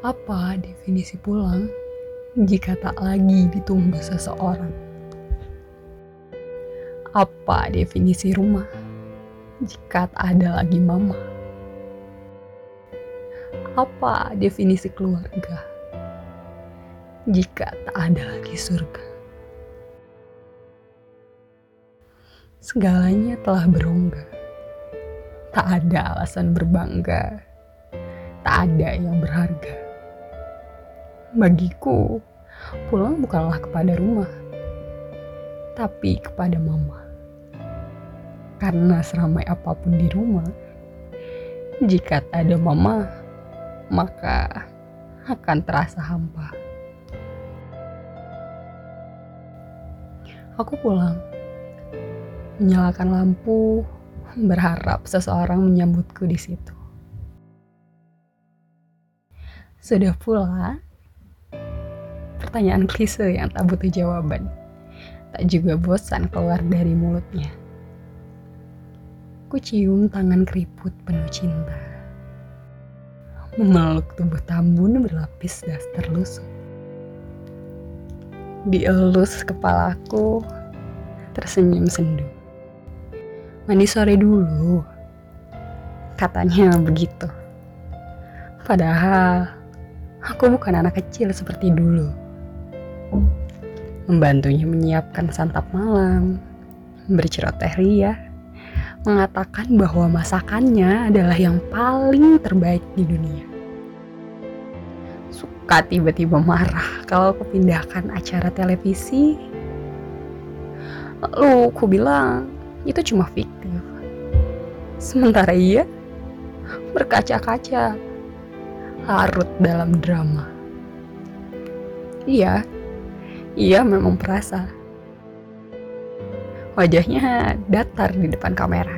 Apa definisi pulang jika tak lagi ditunggu seseorang? Apa definisi rumah jika tak ada lagi mama? Apa definisi keluarga jika tak ada lagi surga? Segalanya telah berongga. Tak ada alasan berbangga. Tak ada yang berharga. Bagiku, pulang bukanlah kepada rumah, tapi kepada mama. Karena seramai apapun di rumah, jika tak ada mama, maka akan terasa hampa. Aku pulang, menyalakan lampu, berharap seseorang menyambutku di situ. Sudah pula, pertanyaan klise yang tak butuh jawaban, tak juga bosan keluar dari mulutnya. Ku cium tangan keriput penuh cinta, memeluk tubuh tambun berlapis daster lusuh. Dielus kepalaku, tersenyum sendu. Mandi sore dulu, katanya begitu. Padahal aku bukan anak kecil seperti dulu. Membantunya menyiapkan santap malam, berceloteh ria, mengatakan bahwa masakannya adalah yang paling terbaik di dunia. Suka tiba-tiba marah kalau kepindahkan acara televisi. Lalu ku bilang itu cuma fiktif. Sementara ia berkaca-kaca, larut dalam drama. Iya memang perasa. Wajahnya datar di depan kamera.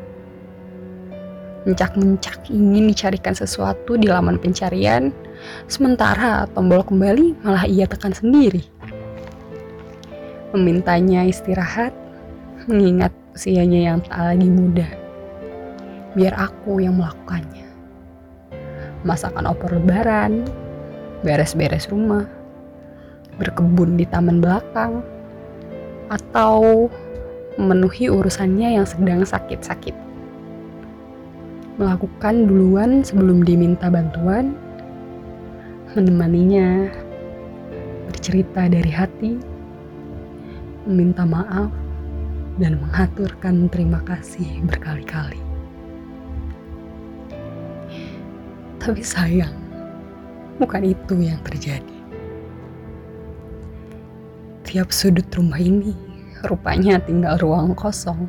Mencak-mencak ingin dicarikan sesuatu di laman pencarian, sementara tombol kembali malah ia tekan sendiri. Memintanya istirahat, mengingat usianya yang tak lagi muda. Biar aku yang melakukannya. Masakan opor lebaran, beres-beres rumah, berkebun di taman belakang, atau memenuhi urusannya yang sedang sakit-sakit. Melakukan duluan sebelum diminta bantuan, menemaninya, bercerita dari hati, meminta maaf, dan mengaturkan terima kasih berkali-kali. Tapi sayang, bukan itu yang terjadi. Tiap sudut rumah ini rupanya tinggal ruang kosong.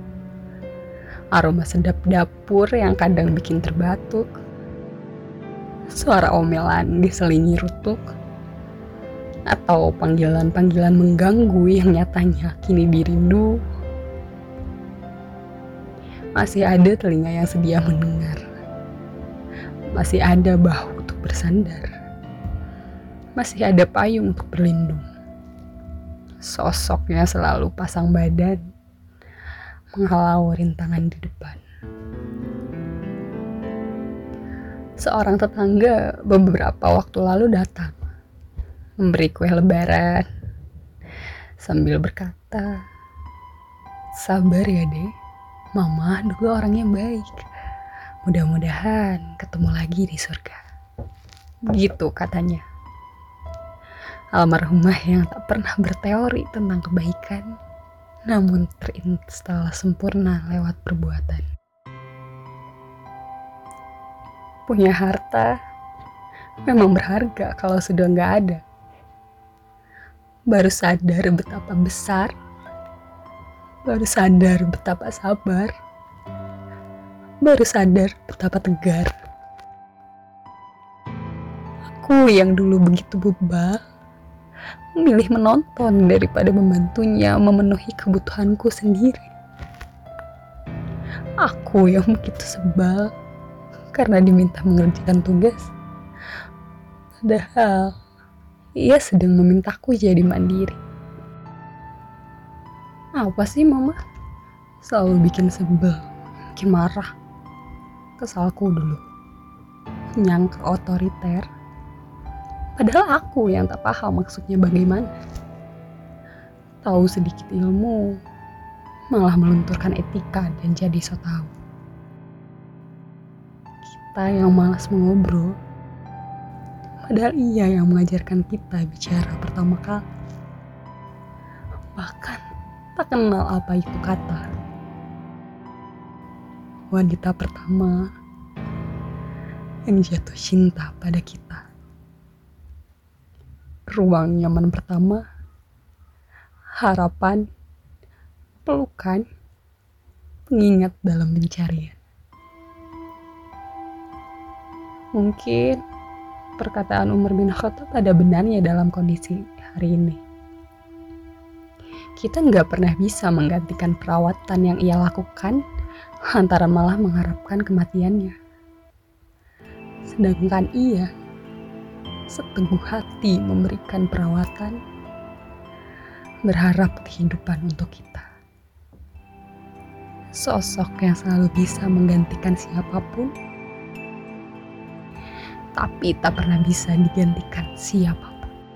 Aroma sedap dapur yang kadang bikin terbatuk. Suara omelan diselingi rutuk. Atau panggilan-panggilan mengganggu yang nyatanya kini dirindu. Masih ada telinga yang sedia mendengar. Masih ada bahu untuk bersandar. Masih ada payung untuk berlindung. Sosoknya selalu pasang badan, menghalau rintangan di depan. Seorang tetangga beberapa waktu lalu datang, memberi kue lebaran, sambil berkata, "Sabar ya dek, mama dulu orangnya baik. Mudah-mudahan ketemu lagi di surga." Begitu katanya. Almarhumah yang tak pernah berteori tentang kebaikan, namun terinstal sempurna lewat perbuatan. Punya harta memang berharga kalau sudah gak ada. Baru sadar betapa besar, baru sadar betapa sabar, baru sadar betapa tegar. Aku yang dulu begitu bebal, memilih menonton daripada membantunya memenuhi kebutuhanku sendiri. Aku yang begitu sebal karena diminta mengerjakan tugas, padahal ia sedang memintaku jadi mandiri. Apa sih mama? Selalu bikin sebel, bikin marah. Kesalku dulu. Menyangka otoriter, Padahal aku yang tak paham maksudnya bagaimana. Tahu sedikit ilmu, malah melunturkan etika dan jadi so tahu. Kita yang malas mengobrol, padahal ia yang mengajarkan kita bicara pertama kali. Bahkan tak kenal apa itu kata. Wanita pertama yang jatuh cinta pada kita. Ruang nyaman pertama, harapan, pelukan, pengingat dalam pencarian. Mungkin perkataan Umar bin Khattab ada benarnya dalam kondisi hari ini. Kita nggak pernah bisa menggantikan perawatan yang ia lakukan, antara malah mengharapkan kematiannya. Sedangkan ia seteguh hati memberikan perawatan, berharap kehidupan untuk kita. Sosok yang selalu bisa menggantikan siapapun, tapi tak pernah bisa digantikan siapapun.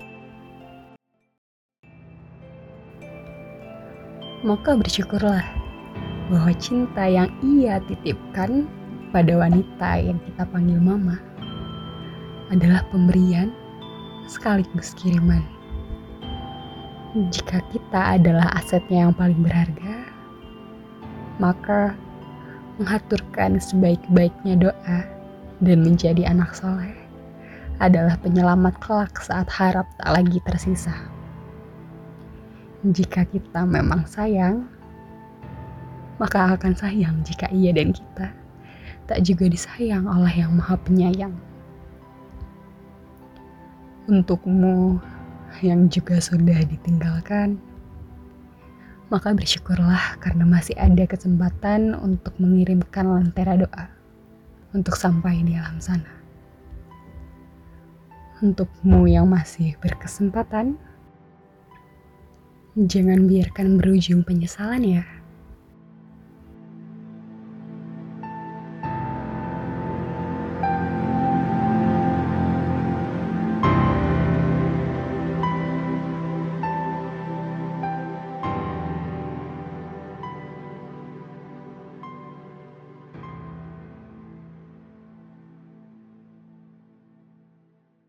Maka bersyukurlah bahwa cinta yang ia titipkan pada wanita yang kita panggil mama adalah pemberian sekaligus kiriman. Jika kita adalah asetnya yang paling berharga, maka mengaturkan sebaik-baiknya doa dan menjadi anak soleh adalah penyelamat kelak saat harap tak lagi tersisa. Jika kita memang sayang, maka akan sayang jika ia dan kita tak juga disayang oleh Yang Maha Penyayang. Untukmu yang juga sudah ditinggalkan, maka bersyukurlah karena masih ada kesempatan untuk mengirimkan lentera doa untuk sampai di alam sana. Untukmu yang masih berkesempatan, jangan biarkan berujung penyesalan ya.